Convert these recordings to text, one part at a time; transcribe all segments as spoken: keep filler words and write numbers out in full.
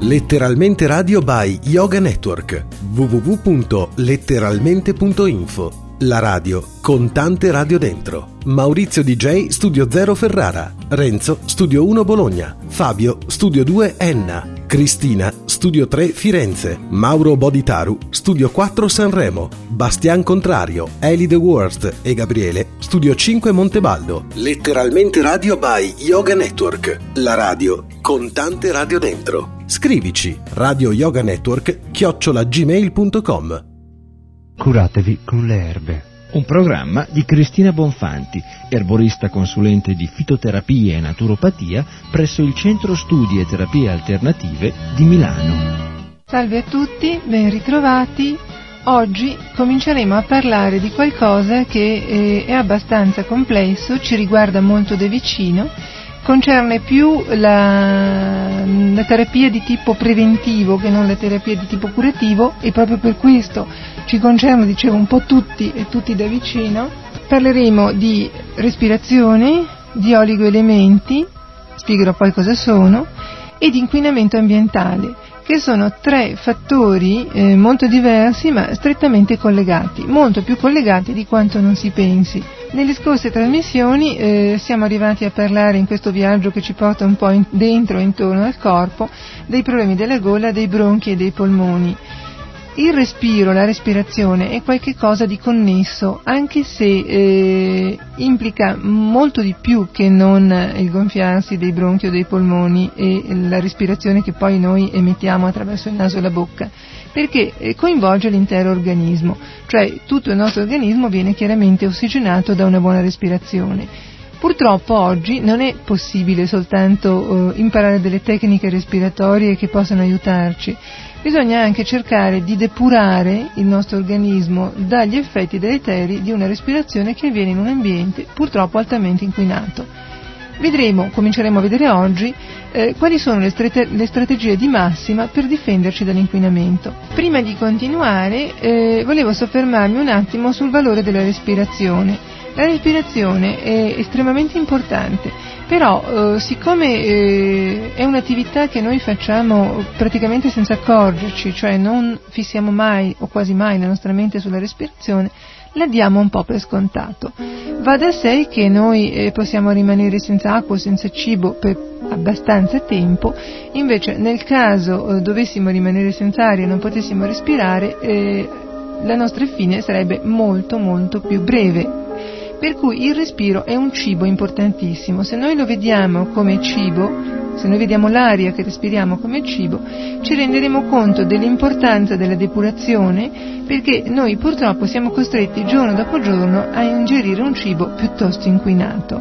Letteralmente Radio by Yoga Network. w w w punto letteralmente punto info. La radio con tante radio dentro. Maurizio D J Studio zero Ferrara, Renzo Studio uno Bologna, Fabio Studio due Enna, Cristina Studio tre Firenze, Mauro Boditaru Studio quattro Sanremo, Bastian Contrario, Eli The Worst e Gabriele Studio cinque Montebaldo. Letteralmente Radio by Yoga Network. La radio con tante radio dentro. Scrivici radio yoga network chiocciola gmail punto com. Curatevi con le erbe. Un programma di Cristina Bonfanti, erborista consulente di fitoterapia e naturopatia presso il Centro Studi e Terapie Alternative di Milano. Salve a tutti, ben ritrovati. Oggi cominceremo a parlare di qualcosa che eh, è abbastanza complesso, ci riguarda molto da vicino. Concerne più la, la terapia di tipo preventivo che non la terapia di tipo curativo, e proprio per questo ci concerne, dicevo, un po' tutti e tutti da vicino. Parleremo di respirazione, di oligoelementi, spiegherò poi cosa sono, e di inquinamento ambientale, che sono tre fattori eh, molto diversi ma strettamente collegati, molto più collegati di quanto non si pensi. Nelle scorse trasmissioni eh, siamo arrivati a parlare, in questo viaggio che ci porta un po' in, dentro e intorno al corpo, dei problemi della gola, dei bronchi e dei polmoni. Il respiro, la respirazione è qualche cosa di connesso, anche se eh, implica molto di più che non il gonfiarsi dei bronchi o dei polmoni e la respirazione che poi noi emettiamo attraverso il naso e la bocca, perché eh, coinvolge l'intero organismo, cioè tutto il nostro organismo viene chiaramente ossigenato da una buona respirazione. Purtroppo oggi non è possibile soltanto eh, imparare delle tecniche respiratorie che possano aiutarci. Bisogna anche cercare di depurare il nostro organismo dagli effetti deleteri di una respirazione che avviene in un ambiente purtroppo altamente inquinato. Vedremo, cominceremo a vedere oggi, eh, quali sono le, strate- le strategie di massima per difenderci dall'inquinamento. Prima di continuare, eh, volevo soffermarmi un attimo sul valore della respirazione. La respirazione è estremamente importante, però eh, siccome eh, è un'attività che noi facciamo praticamente senza accorgerci, cioè non fissiamo mai o quasi mai la nostra mente sulla respirazione, la diamo un po' per scontato. Va da sé che noi eh, possiamo rimanere senza acqua o senza cibo per abbastanza tempo, invece nel caso eh, dovessimo rimanere senza aria e non potessimo respirare, eh, la nostra fine sarebbe molto molto più breve. Per cui il respiro è un cibo importantissimo. Se noi lo vediamo come cibo, se noi vediamo l'aria che respiriamo come cibo, ci renderemo conto dell'importanza della depurazione, perché noi purtroppo siamo costretti giorno dopo giorno a ingerire un cibo piuttosto inquinato.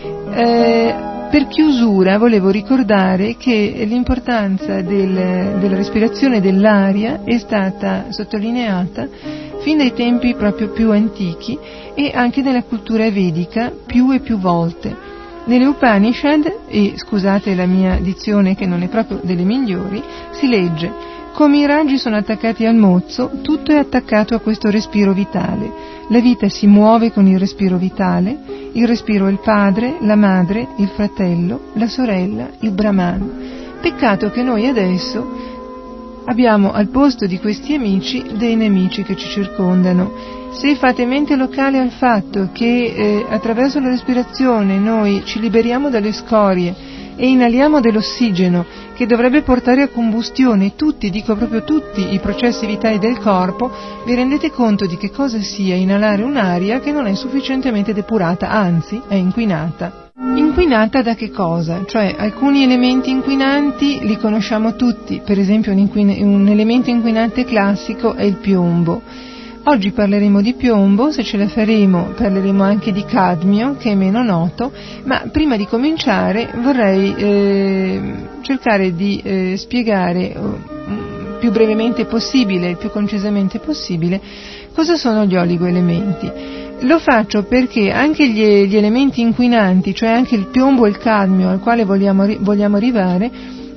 Eh, per chiusura volevo ricordare che l'importanza del, della respirazione dell'aria è stata sottolineata fin dai tempi proprio più antichi e anche nella cultura vedica più e più volte. Nelle Upanishad, e scusate la mia dizione che non è proprio delle migliori, si legge: come i raggi sono attaccati al mozzo, tutto è attaccato a questo respiro vitale. La vita si muove con il respiro vitale, il respiro è il padre, la madre, il fratello, la sorella, il Brahman. Peccato che noi adesso abbiamo al posto di questi amici dei nemici che ci circondano. Se fate mente locale al fatto che eh, attraverso la respirazione noi ci liberiamo dalle scorie e inaliamo dell'ossigeno che dovrebbe portare a combustione tutti, dico proprio tutti, i processi vitali del corpo, vi rendete conto di che cosa sia inalare un'aria che non è sufficientemente depurata, anzi è inquinata. Inquinata da che cosa? Cioè alcuni elementi inquinanti li conosciamo tutti, per esempio un, inquin- un elemento inquinante classico è il piombo. Oggi parleremo di piombo, se ce la faremo parleremo anche di cadmio, che è meno noto, ma prima di cominciare vorrei eh, cercare di eh, spiegare eh, più brevemente possibile, il più concisamente possibile, cosa sono gli oligoelementi. Lo faccio perché anche gli, gli elementi inquinanti, cioè anche il piombo e il cadmio al quale vogliamo, vogliamo arrivare,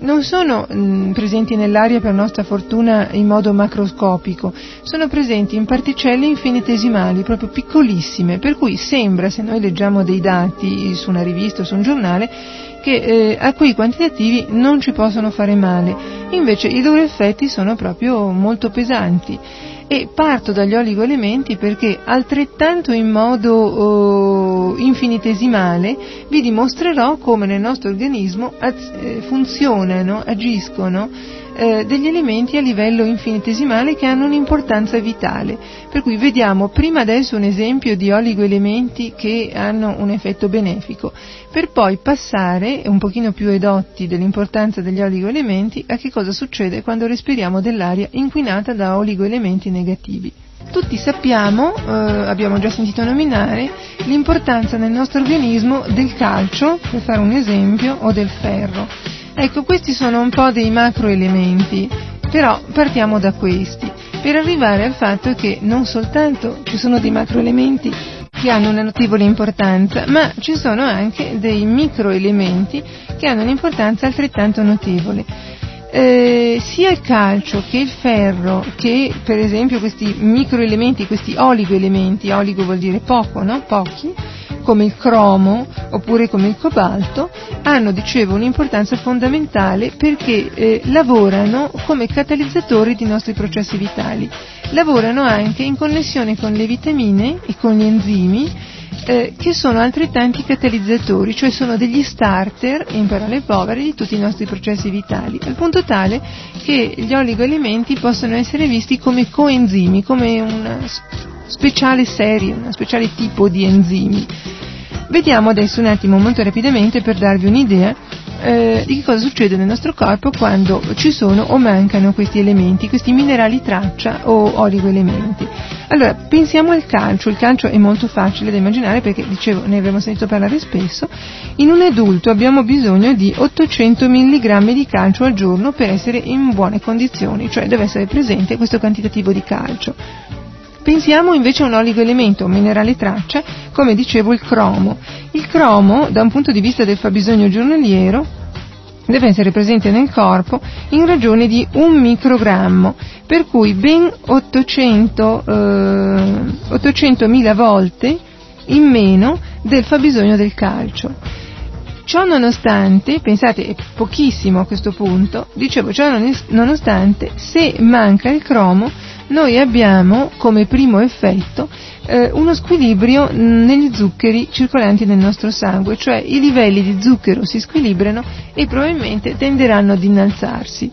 non sono mh, presenti nell'aria per nostra fortuna in modo macroscopico, sono presenti in particelle infinitesimali, proprio piccolissime, per cui sembra, se noi leggiamo dei dati su una rivista o su un giornale, che eh, a quei quantitativi non ci possono fare male, invece i loro effetti sono proprio molto pesanti. E parto dagli oligoelementi perché altrettanto in modo oh, infinitesimale vi dimostrerò come nel nostro organismo az- eh, funzionano, agiscono eh, degli elementi a livello infinitesimale che hanno un'importanza vitale. Per cui vediamo prima adesso un esempio di oligoelementi che hanno un effetto benefico, per poi passare, un pochino più edotti dell'importanza degli oligoelementi, a che cosa succede quando respiriamo dell'aria inquinata da oligoelementi negativi. Tutti sappiamo, eh, abbiamo già sentito nominare, l'importanza nel nostro organismo del calcio, per fare un esempio, o del ferro. Ecco, questi sono un po' dei macroelementi, però partiamo da questi, per arrivare al fatto che non soltanto ci sono dei macroelementi che hanno una notevole importanza, ma ci sono anche dei microelementi che hanno un'importanza altrettanto notevole. Eh, sia il calcio che il ferro, che per esempio questi microelementi, questi oligoelementi, oligo vuol dire poco, no? Pochi, come il cromo oppure come il cobalto, hanno, dicevo, un'importanza fondamentale perché eh, lavorano come catalizzatori di nostri processi vitali, lavorano anche in connessione con le vitamine e con gli enzimi, eh, che sono altrettanti catalizzatori, cioè sono degli starter, in parole povere, di tutti i nostri processi vitali, al punto tale che gli oligoelementi possono essere visti come coenzimi, come una speciale serie, una speciale tipo di enzimi. Vediamo adesso un attimo, molto rapidamente, per darvi un'idea eh, di che cosa succede nel nostro corpo quando ci sono o mancano questi elementi, questi minerali traccia o oligoelementi. Allora, pensiamo al calcio. Il calcio è molto facile da immaginare perché, dicevo, ne avremo sentito parlare spesso. In un adulto abbiamo bisogno di ottocento milligrammi di calcio al giorno per essere in buone condizioni, cioè deve essere presente questo quantitativo di calcio. Pensiamo invece a un oligoelemento, un minerale traccia, come dicevo il cromo. Il cromo, da un punto di vista del fabbisogno giornaliero, deve essere presente nel corpo in ragione di un microgrammo, per cui ben ottocento, eh, ottocentomila volte in meno del fabbisogno del calcio. Ciò nonostante, pensate, è pochissimo a questo punto, dicevo, ciò nonostante, se manca il cromo, noi abbiamo come primo effetto eh, uno squilibrio negli zuccheri circolanti nel nostro sangue, cioè i livelli di zucchero si squilibrano e probabilmente tenderanno ad innalzarsi,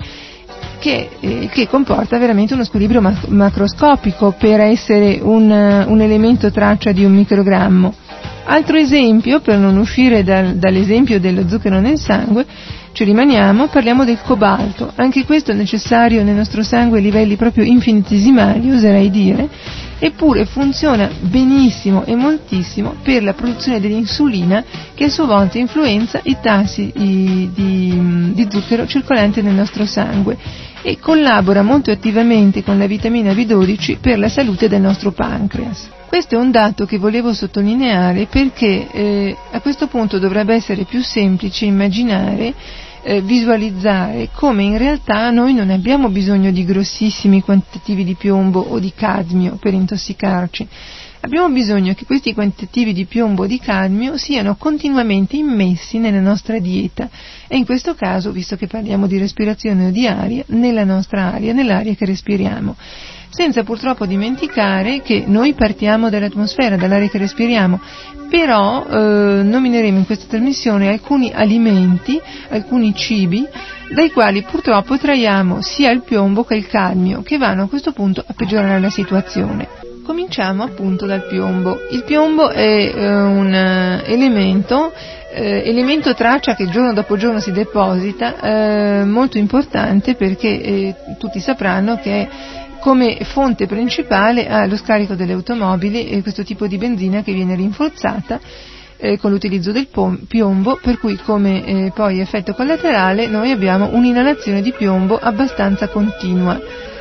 che, eh, che comporta veramente uno squilibrio mac- macroscopico per essere un, un elemento traccia di un microgrammo. Altro esempio, per non uscire dal, dall'esempio dello zucchero nel sangue, ci rimaniamo, parliamo del cobalto. Anche questo è necessario nel nostro sangue a livelli proprio infinitesimali, oserei dire, eppure funziona benissimo e moltissimo per la produzione dell'insulina, che a sua volta influenza i tassi di, di, di zucchero circolanti nel nostro sangue e collabora molto attivamente con la vitamina B dodici per la salute del nostro pancreas. Questo è un dato che volevo sottolineare perché eh, a questo punto dovrebbe essere più semplice immaginare, eh, visualizzare come in realtà noi non abbiamo bisogno di grossissimi quantitativi di piombo o di cadmio per intossicarci. Abbiamo bisogno che questi quantitativi di piombo o di cadmio siano continuamente immessi nella nostra dieta e in questo caso, visto che parliamo di respirazione o di aria, nella nostra aria, nell'aria che respiriamo. Senza purtroppo dimenticare che noi partiamo dall'atmosfera, dall'aria che respiriamo, però eh, nomineremo in questa trasmissione alcuni alimenti, alcuni cibi, dai quali purtroppo traiamo sia il piombo che il cadmio, che vanno a questo punto a peggiorare la situazione. Cominciamo appunto dal piombo. Il piombo è eh, un uh, elemento, eh, elemento traccia che giorno dopo giorno si deposita, eh, molto importante perché eh, tutti sapranno che è come fonte principale allo scarico delle automobili e questo tipo di benzina che viene rinforzata eh, con l'utilizzo del pom- piombo, per cui come eh, poi effetto collaterale noi abbiamo un'inalazione di piombo abbastanza continua.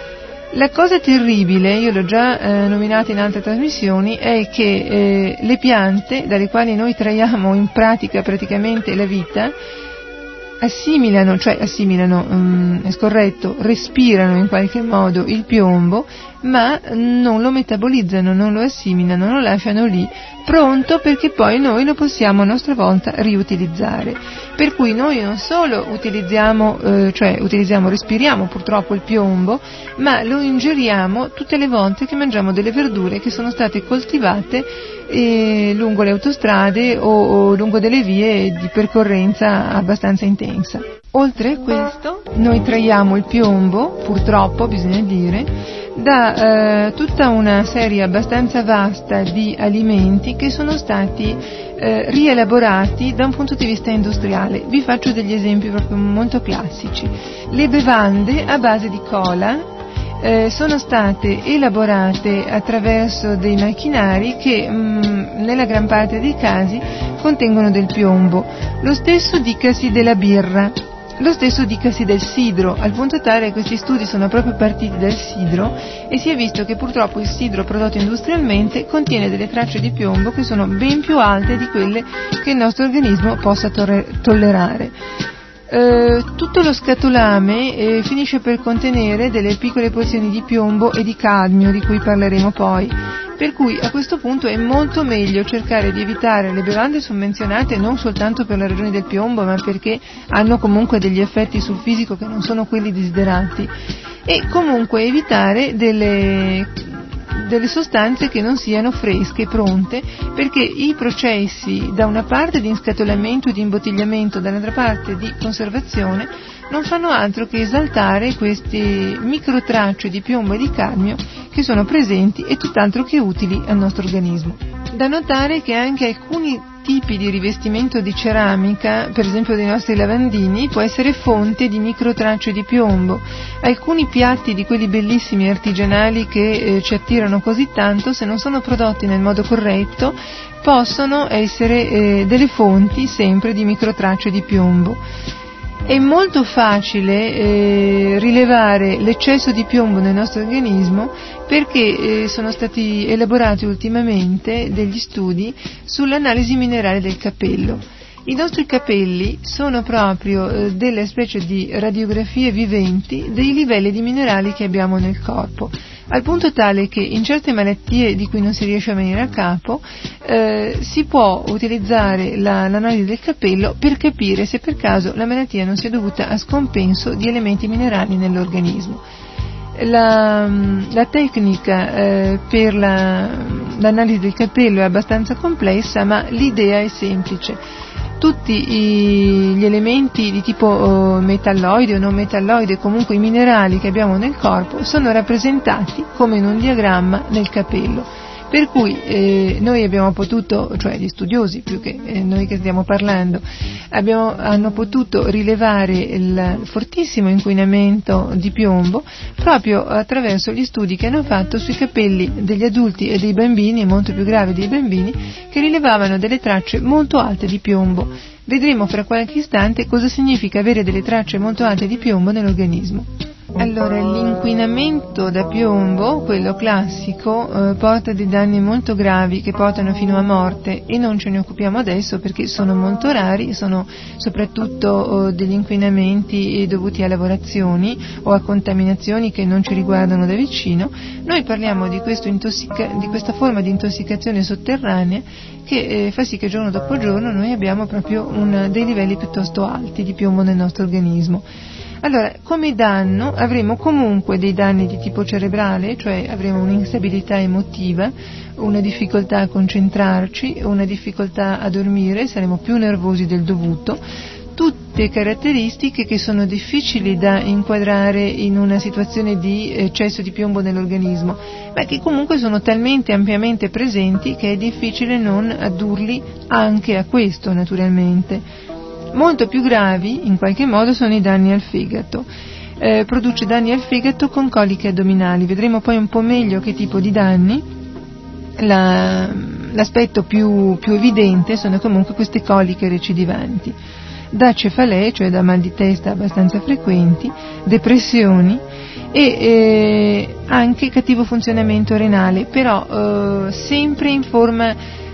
La cosa terribile, io l'ho già eh, nominata in altre trasmissioni, è che eh, le piante dalle quali noi traiamo in pratica praticamente la vita assimilano, cioè assimilano, um, è scorretto, respirano in qualche modo il piombo, ma non lo metabolizzano, non lo assimilano, non lo lasciano lì pronto perché poi noi lo possiamo a nostra volta riutilizzare. Per cui noi non solo utilizziamo, eh, cioè utilizziamo, respiriamo purtroppo il piombo, ma lo ingeriamo tutte le volte che mangiamo delle verdure che sono state coltivate eh, lungo le autostrade o, o lungo delle vie di percorrenza abbastanza intensa. Oltre a questo, noi traiamo il piombo, purtroppo bisogna dire, da eh, tutta una serie abbastanza vasta di alimenti che sono stati eh, rielaborati da un punto di vista industriale. Vi faccio degli esempi proprio molto classici. Le bevande a base di cola eh, sono state elaborate attraverso dei macchinari che mh, nella gran parte dei casi contengono del piombo. Lo stesso dicasi della birra. Lo stesso dicasi del sidro, al punto tale che questi studi sono proprio partiti dal sidro e si è visto che purtroppo il sidro prodotto industrialmente contiene delle tracce di piombo che sono ben più alte di quelle che il nostro organismo possa torre- tollerare. Eh, tutto lo scatolame eh, finisce per contenere delle piccole porzioni di piombo e di cadmio, di cui parleremo poi. Per cui a questo punto è molto meglio cercare di evitare le bevande summenzionate non soltanto per la ragione del piombo, ma perché hanno comunque degli effetti sul fisico che non sono quelli desiderati, e comunque evitare delle, delle sostanze che non siano fresche, pronte, perché i processi da una parte di inscatolamento e di imbottigliamento, dall'altra parte di conservazione, non fanno altro che esaltare queste microtracce di piombo e di cadmio che sono presenti e tutt'altro che utili al nostro organismo. Da notare che anche alcuni tipi di rivestimento di ceramica, per esempio dei nostri lavandini, può essere fonte di microtracce di piombo. Alcuni piatti di quelli bellissimi artigianali che eh, ci attirano così tanto, se non sono prodotti nel modo corretto, possono essere eh, delle fonti sempre di microtracce di piombo. È molto facile eh, rilevare l'eccesso di piombo nel nostro organismo perché eh, sono stati elaborati ultimamente degli studi sull'analisi minerale del capello. I nostri capelli sono proprio eh, delle specie di radiografie viventi dei livelli di minerali che abbiamo nel corpo, al punto tale che in certe malattie di cui non si riesce a venire a capo eh, si può utilizzare la, l'analisi del capello per capire se per caso la malattia non sia dovuta a scompenso di elementi minerali nell'organismo. La, la tecnica eh, per la, l'analisi del capello è abbastanza complessa, ma l'idea è semplice. Tutti i, gli elementi di tipo oh, metalloide o non metalloide, comunque i minerali che abbiamo nel corpo, sono rappresentati come in un diagramma nel capello. Per cui eh, noi abbiamo potuto, cioè gli studiosi più che eh, noi che stiamo parlando, abbiamo, hanno potuto rilevare il fortissimo inquinamento di piombo proprio attraverso gli studi che hanno fatto sui capelli degli adulti e dei bambini, e molto più gravi dei bambini, che rilevavano delle tracce molto alte di piombo. Vedremo fra qualche istante cosa significa avere delle tracce molto alte di piombo nell'organismo. Allora, l'inquinamento da piombo, quello classico, eh, porta dei danni molto gravi che portano fino a morte, e non ce ne occupiamo adesso perché sono molto rari, sono soprattutto eh, degli inquinamenti dovuti a lavorazioni o a contaminazioni che non ci riguardano da vicino. Noi parliamo di, questo intossica- di questa forma di intossicazione sotterranea che eh, fa sì che giorno dopo giorno noi abbiamo proprio un, dei livelli piuttosto alti di piombo nel nostro organismo. Allora, come danno avremo comunque dei danni di tipo cerebrale, cioè avremo un'instabilità emotiva, una difficoltà a concentrarci, una difficoltà a dormire, saremo più nervosi del dovuto, tutte caratteristiche che sono difficili da inquadrare in una situazione di eccesso di piombo nell'organismo, ma che comunque sono talmente ampiamente presenti che è difficile non addurli anche a questo, naturalmente. Molto più gravi, in qualche modo, sono i danni al fegato. Eh, produce danni al fegato con coliche addominali. Vedremo poi un po' meglio che tipo di danni. La, l'aspetto più, più evidente sono comunque queste coliche recidivanti. Da cefalee, cioè da mal di testa abbastanza frequenti, depressioni e eh, anche cattivo funzionamento renale, però eh, sempre in forma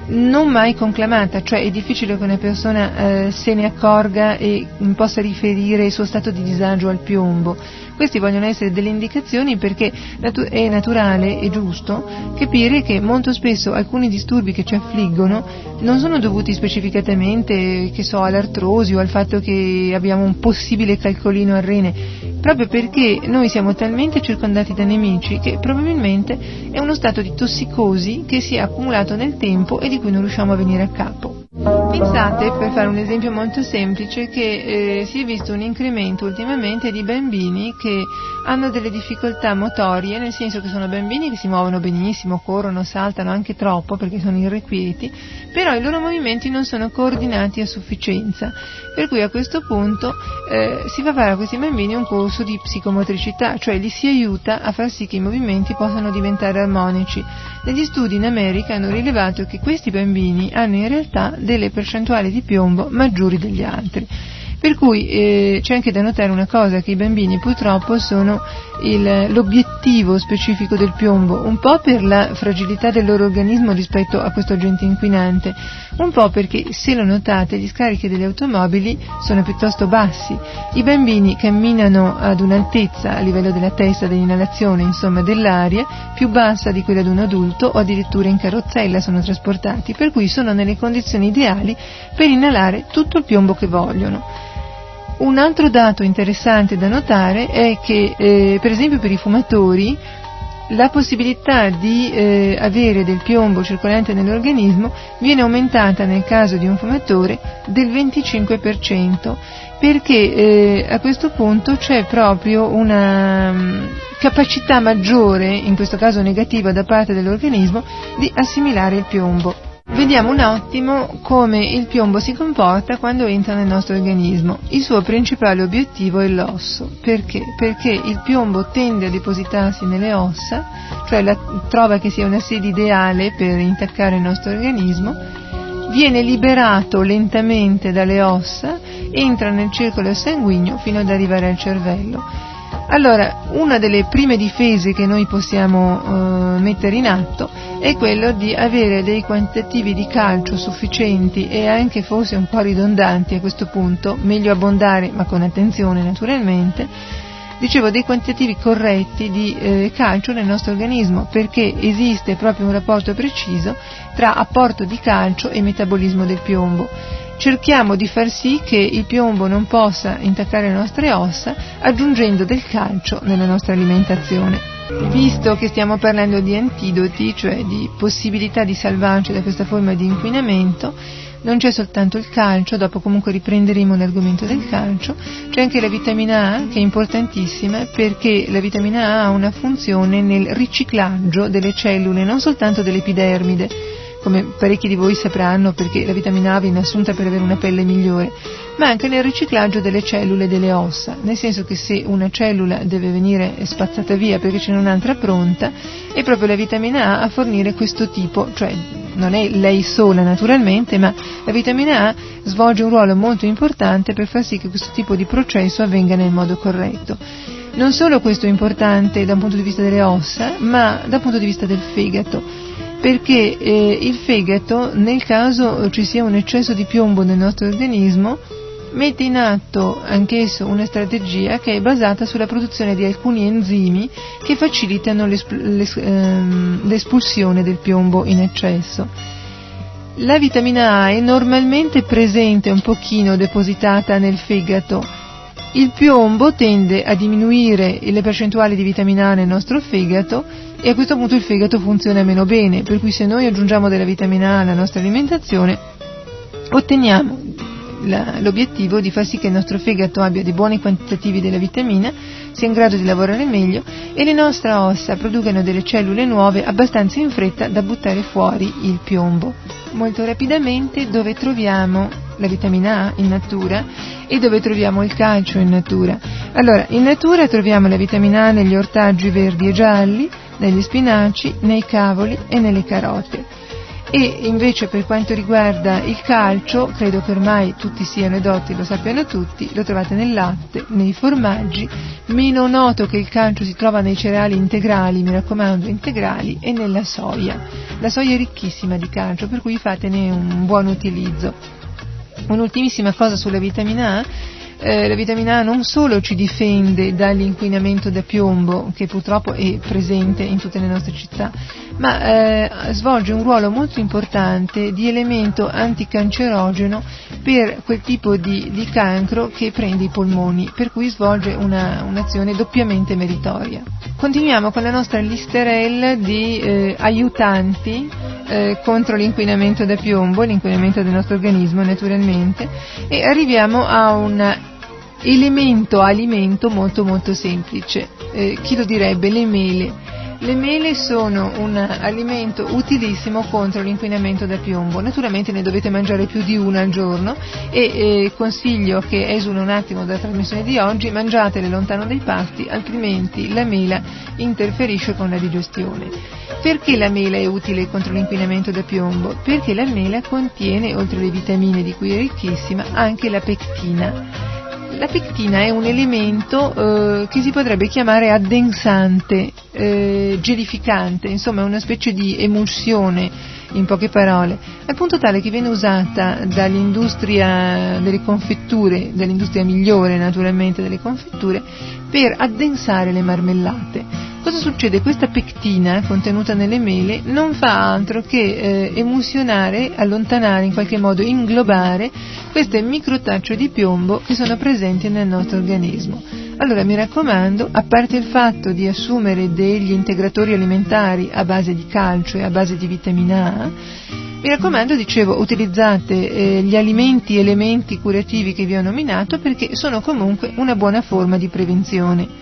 non mai conclamata, cioè è difficile che una persona eh, se ne accorga e possa riferire il suo stato di disagio al piombo. Questi vogliono essere delle indicazioni perché natu- è naturale e giusto capire che molto spesso alcuni disturbi che ci affliggono non sono dovuti specificatamente, che so, all'artrosi o al fatto che abbiamo un possibile calcolino al rene, proprio perché noi siamo talmente circondati da nemici che probabilmente è uno stato di tossicosi che si è accumulato nel tempo e di cui non riusciamo a venire a capo. Pensate, per fare un esempio molto semplice, che eh, si è visto un incremento ultimamente di bambini che hanno delle difficoltà motorie, nel senso che sono bambini che si muovono benissimo, corrono, saltano anche troppo perché sono irrequieti, però i loro movimenti non sono coordinati a sufficienza, per cui a questo punto eh, si fa fare a questi bambini un corso di psicomotricità, cioè li si aiuta a far sì che i movimenti possano diventare armonici. Negli studi in America hanno rilevato che questi bambini hanno in realtà delle percentuali di piombo maggiori degli altri. Per cui eh, c'è anche da notare una cosa, che i bambini purtroppo sono il, l'obiettivo specifico del piombo, un po' per la fragilità del loro organismo rispetto a questo agente inquinante, un po' perché, se lo notate, gli scarichi delle automobili sono piuttosto bassi. I bambini camminano ad un'altezza a livello della testa, dell'inalazione, insomma dell'aria, più bassa di quella di un adulto, o addirittura in carrozzella sono trasportati, per cui sono nelle condizioni ideali per inalare tutto il piombo che vogliono. Un altro dato interessante da notare è che, eh, per esempio per i fumatori, la possibilità di eh, avere del piombo circolante nell'organismo viene aumentata nel caso di un fumatore del venticinque per cento, perché eh, a questo punto c'è proprio una um, capacità maggiore, in questo caso negativa, da parte dell'organismo di assimilare il piombo. Vediamo un attimo come il piombo si comporta quando entra nel nostro organismo. Il suo principale obiettivo è l'osso. Perché? Perché il piombo tende a depositarsi nelle ossa, cioè la, trova che sia una sede ideale per intaccare il nostro organismo, viene liberato lentamente dalle ossa, entra nel circolo sanguigno fino ad arrivare al cervello. Allora, una delle prime difese che noi possiamo uh, mettere in atto è quello di avere dei quantitativi di calcio sufficienti e anche forse un po' ridondanti a questo punto, meglio abbondare ma con attenzione naturalmente, dicevo dei quantitativi corretti di eh, calcio nel nostro organismo, perché esiste proprio un rapporto preciso tra apporto di calcio e metabolismo del piombo. Cerchiamo di far sì che il piombo non possa intaccare le nostre ossa aggiungendo del calcio nella nostra alimentazione. Visto che stiamo parlando di antidoti, cioè di possibilità di salvarci da questa forma di inquinamento, non c'è soltanto il calcio, dopo comunque riprenderemo l'argomento del calcio, c'è anche la vitamina A, che è importantissima perché la vitamina A ha una funzione nel riciclaggio delle cellule, non soltanto dell'epidermide, come parecchi di voi sapranno, perché la vitamina A viene assunta per avere una pelle migliore, ma anche nel riciclaggio delle cellule delle ossa, nel senso che se una cellula deve venire spazzata via perché ce n'è un'altra pronta, è proprio la vitamina A a fornire questo tipo, cioè non è lei sola naturalmente, ma la vitamina A svolge un ruolo molto importante per far sì che questo tipo di processo avvenga nel modo corretto. Non solo questo è importante da un punto di vista delle ossa, ma dal punto di vista del fegato, perché eh, il fegato, nel caso ci sia un eccesso di piombo nel nostro organismo, mette in atto anch'esso una strategia che è basata sulla produzione di alcuni enzimi che facilitano l'esp- l'es- ehm, l'espulsione del piombo in eccesso. La vitamina A è normalmente presente un pochino depositata nel fegato. Il piombo tende a diminuire le percentuali di vitamina A nel nostro fegato e a questo punto il fegato funziona meno bene, per cui se noi aggiungiamo della vitamina A alla nostra alimentazione otteniamo la, l'obiettivo di far sì che il nostro fegato abbia dei buoni quantitativi della vitamina, sia in grado di lavorare meglio e le nostre ossa producano delle cellule nuove abbastanza in fretta da buttare fuori il piombo. Molto rapidamente, dove troviamo la vitamina A in natura e dove troviamo il calcio in natura? Allora, in natura troviamo la vitamina A negli ortaggi verdi e gialli, negli spinaci, nei cavoli e nelle carote. E invece per quanto riguarda il calcio, credo che ormai tutti siano edotti, lo sappiano tutti, lo trovate nel latte, nei formaggi. Meno noto che il calcio si trova nei cereali integrali, mi raccomando integrali, e nella soia. La soia è ricchissima di calcio, per cui fatene un buon utilizzo. Un'ultimissima cosa sulla vitamina A. Eh, la vitamina A non solo ci difende dall'inquinamento da piombo, che purtroppo è presente in tutte le nostre città, ma eh, svolge un ruolo molto importante di elemento anticancerogeno per quel tipo di, di cancro che prende i polmoni, per cui svolge una, un'azione doppiamente meritoria. Continuiamo con la nostra listerella di eh, aiutanti eh, contro l'inquinamento da piombo, l'inquinamento del nostro organismo naturalmente, e arriviamo a un elemento alimento molto molto semplice. Eh, chi lo direbbe? Le mele. Le mele sono un alimento utilissimo contro l'inquinamento da piombo. Naturalmente ne dovete mangiare più di una al giorno e eh, consiglio che esulo un attimo dalla trasmissione di oggi, mangiatele lontano dai pasti, altrimenti la mela interferisce con la digestione. Perché la mela è utile contro l'inquinamento da piombo? Perché la mela contiene, oltre alle vitamine di cui è ricchissima, anche la pectina. La pectina è un elemento eh, che si potrebbe chiamare addensante, eh, gelificante, insomma è una specie di emulsione, in poche parole, al punto tale che viene usata dall'industria delle confetture, dall'industria migliore naturalmente delle confetture, per addensare le marmellate. Cosa succede? Questa pectina contenuta nelle mele non fa altro che eh, emulsionare, allontanare, in qualche modo inglobare queste microtacce di piombo che sono presenti nel nostro organismo. Allora mi raccomando, a parte il fatto di assumere degli integratori alimentari a base di calcio e a base di vitamina A, mi raccomando, dicevo, utilizzate eh, gli alimenti, elementi curativi che vi ho nominato, perché sono comunque una buona forma di prevenzione.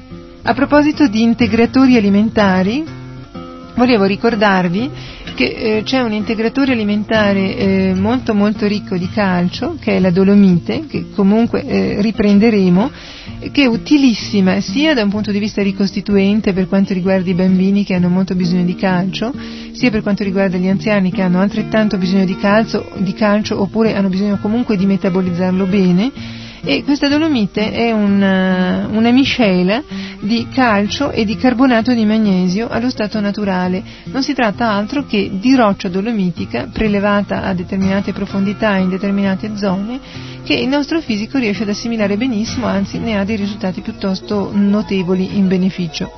A proposito di integratori alimentari, volevo ricordarvi che eh, c'è un integratore alimentare eh, molto molto ricco di calcio, che è la dolomite, che comunque eh, riprenderemo, che è utilissima sia da un punto di vista ricostituente per quanto riguarda i bambini che hanno molto bisogno di calcio, sia per quanto riguarda gli anziani che hanno altrettanto bisogno di calcio, di calcio oppure hanno bisogno comunque di metabolizzarlo bene. E questa dolomite è una, una miscela di calcio e di carbonato di magnesio allo stato naturale. Non si tratta altro che di roccia dolomitica prelevata a determinate profondità in determinate zone, che il nostro fisico riesce ad assimilare benissimo, anzi ne ha dei risultati piuttosto notevoli in beneficio.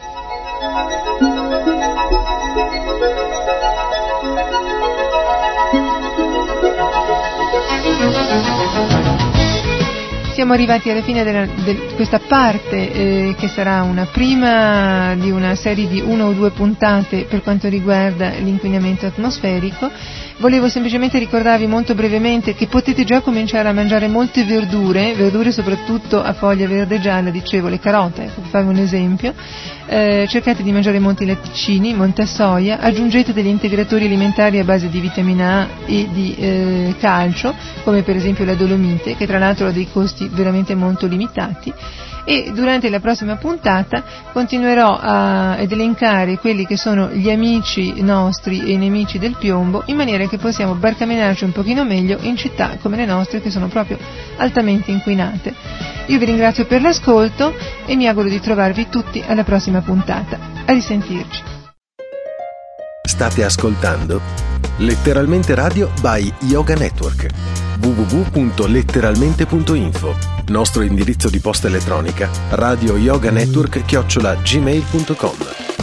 Siamo arrivati alla fine di de, questa parte eh, che sarà una prima di una serie di una o due puntate per quanto riguarda l'inquinamento atmosferico. Volevo semplicemente ricordarvi molto brevemente che potete già cominciare a mangiare molte verdure, verdure soprattutto a foglia verde e gialla, dicevo le carote, ecco, per farvi un esempio. Eh, cercate di mangiare molti latticini, molta soia, aggiungete degli integratori alimentari a base di vitamina A e di eh, calcio, come per esempio la dolomite, che tra l'altro ha dei costi veramente molto limitati. E durante la prossima puntata continuerò a, ad elencare quelli che sono gli amici nostri e i nemici del piombo, in maniera che possiamo barcamenarci un pochino meglio in città come le nostre, che sono proprio altamente inquinate. Io vi ringrazio per l'ascolto e mi auguro di trovarvi tutti alla prossima puntata. A risentirci. State ascoltando Letteralmente Radio by Yoga Network. w w w punto letteralmente punto info. Nostro indirizzo di posta elettronica radio yoga network chiocciola gmail punto com.